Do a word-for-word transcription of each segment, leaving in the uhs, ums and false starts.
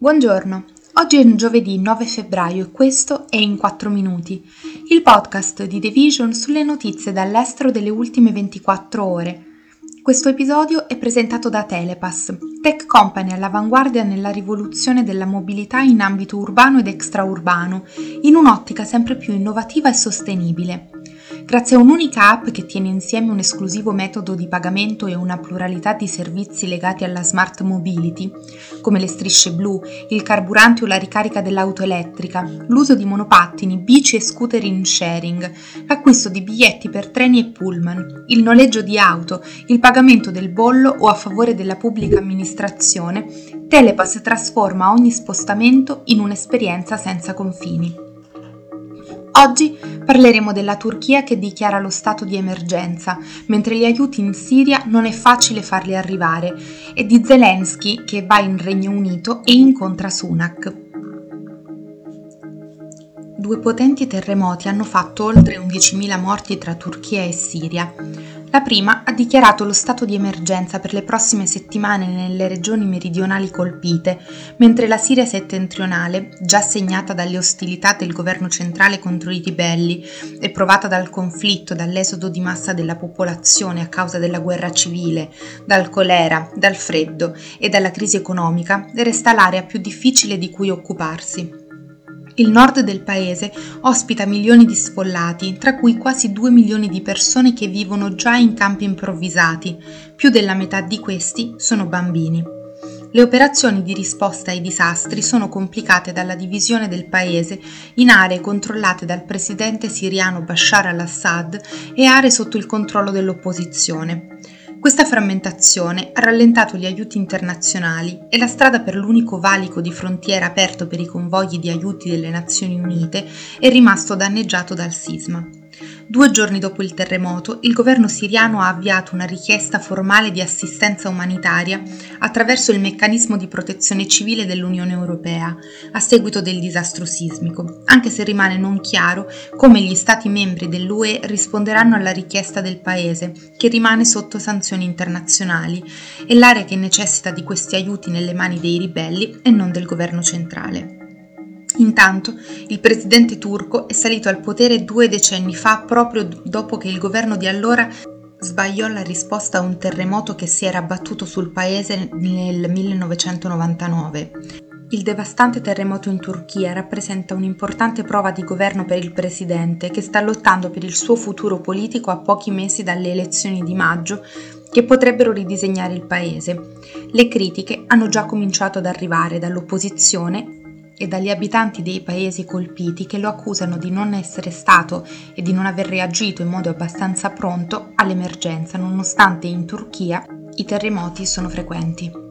Buongiorno, oggi è giovedì nove febbraio e questo è In quattro minuti, il podcast di The Vision sulle notizie dall'estero delle ultime ventiquattro ore. Questo episodio è presentato da Telepass, tech company all'avanguardia nella rivoluzione della mobilità in ambito urbano ed extraurbano, in un'ottica sempre più innovativa e sostenibile. Grazie a un'unica app che tiene insieme un esclusivo metodo di pagamento e una pluralità di servizi legati alla smart mobility, come le strisce blu, il carburante o la ricarica dell'auto elettrica, l'uso di monopattini, bici e scooter in sharing, l'acquisto di biglietti per treni e pullman, il noleggio di auto, il pagamento del bollo o a favore della pubblica amministrazione, Telepass trasforma ogni spostamento in un'esperienza senza confini. Oggi parleremo della Turchia che dichiara lo stato di emergenza, mentre gli aiuti in Siria non è facile farli arrivare, e di Zelensky che va in Regno Unito e incontra Sunak. Due potenti terremoti hanno fatto oltre undicimila morti tra Turchia e Siria. La prima ha dichiarato lo stato di emergenza per le prossime settimane nelle regioni meridionali colpite, mentre la Siria settentrionale, già segnata dalle ostilità del governo centrale contro i ribelli e provata dal conflitto, dall'esodo di massa della popolazione a causa della guerra civile, dal colera, dal freddo e dalla crisi economica, resta l'area più difficile di cui occuparsi. Il nord del paese ospita milioni di sfollati, tra cui quasi due milioni di persone che vivono già in campi improvvisati. Più della metà di questi sono bambini. Le operazioni di risposta ai disastri sono complicate dalla divisione del paese in aree controllate dal presidente siriano Bashar al-Assad e aree sotto il controllo dell'opposizione. Questa frammentazione ha rallentato gli aiuti internazionali e la strada per l'unico valico di frontiera aperto per i convogli di aiuti delle Nazioni Unite è rimasto danneggiato dal sisma. Due giorni dopo il terremoto, il governo siriano ha avviato una richiesta formale di assistenza umanitaria attraverso il meccanismo di protezione civile dell'Unione Europea a seguito del disastro sismico, anche se rimane non chiaro come gli Stati membri dell'U E risponderanno alla richiesta del paese, che rimane sotto sanzioni internazionali, e l'area che necessita di questi aiuti nelle mani dei ribelli e non del governo centrale. Intanto, il presidente turco è salito al potere due decenni fa proprio dopo che il governo di allora sbagliò la risposta a un terremoto che si era abbattuto sul paese nel millenovecentonovantanove. Il devastante terremoto in Turchia rappresenta un'importante prova di governo per il presidente, che sta lottando per il suo futuro politico a pochi mesi dalle elezioni di maggio, che potrebbero ridisegnare il paese. Le critiche hanno già cominciato ad arrivare dall'opposizione e dagli abitanti dei paesi colpiti, che lo accusano di non essere stato e di non aver reagito in modo abbastanza pronto all'emergenza, nonostante in Turchia i terremoti sono frequenti.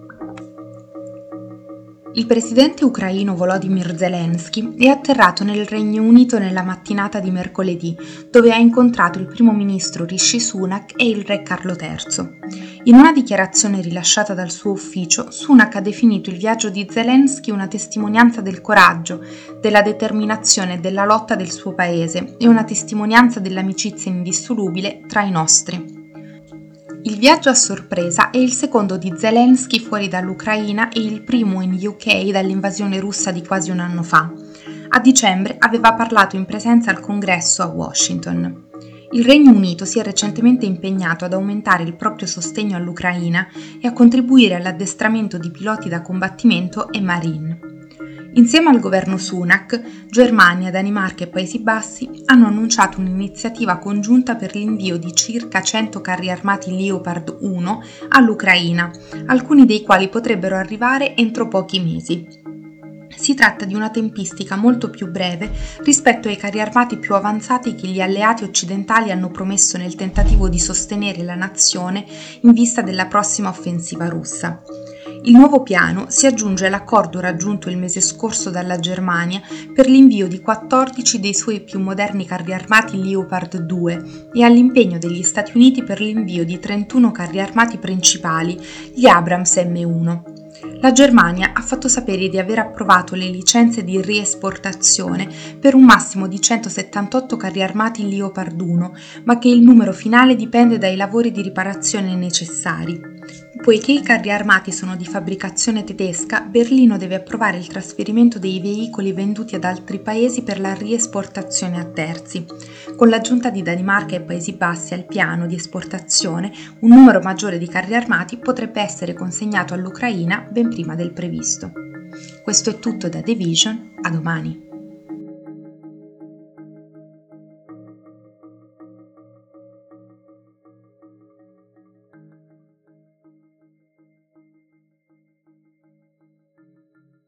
Il presidente ucraino Volodymyr Zelensky è atterrato nel Regno Unito nella mattinata di mercoledì, dove ha incontrato il primo ministro Rishi Sunak e il re Carlo terzo. In una dichiarazione rilasciata dal suo ufficio, Sunak ha definito il viaggio di Zelensky una testimonianza del coraggio, della determinazione e della lotta del suo paese e una testimonianza dell'amicizia indissolubile tra i nostri. Il viaggio a sorpresa è il secondo di Zelensky fuori dall'Ucraina e il primo in U K dall'invasione russa di quasi un anno fa. A dicembre aveva parlato in presenza al Congresso a Washington. Il Regno Unito si è recentemente impegnato ad aumentare il proprio sostegno all'Ucraina e a contribuire all'addestramento di piloti da combattimento e marine. Insieme al governo Sunak, Germania, Danimarca e Paesi Bassi hanno annunciato un'iniziativa congiunta per l'invio di circa cento carri armati Leopard uno all'Ucraina, alcuni dei quali potrebbero arrivare entro pochi mesi. Si tratta di una tempistica molto più breve rispetto ai carri armati più avanzati che gli alleati occidentali hanno promesso nel tentativo di sostenere la nazione in vista della prossima offensiva russa. Il nuovo piano si aggiunge all'accordo raggiunto il mese scorso dalla Germania per l'invio di quattordici dei suoi più moderni carri armati Leopard due e all'impegno degli Stati Uniti per l'invio di trentuno carri armati principali, gli Abrams M uno. La Germania ha fatto sapere di aver approvato le licenze di riesportazione per un massimo di centosettantotto carri armati Leopard uno, ma che il numero finale dipende dai lavori di riparazione necessari. Poiché i carri armati sono di fabbricazione tedesca, Berlino deve approvare il trasferimento dei veicoli venduti ad altri paesi per la riesportazione a terzi. Con l'aggiunta di Danimarca e Paesi Bassi al piano di esportazione, un numero maggiore di carri armati potrebbe essere consegnato all'Ucraina ben prima del previsto. Questo è tutto da The Vision, a domani.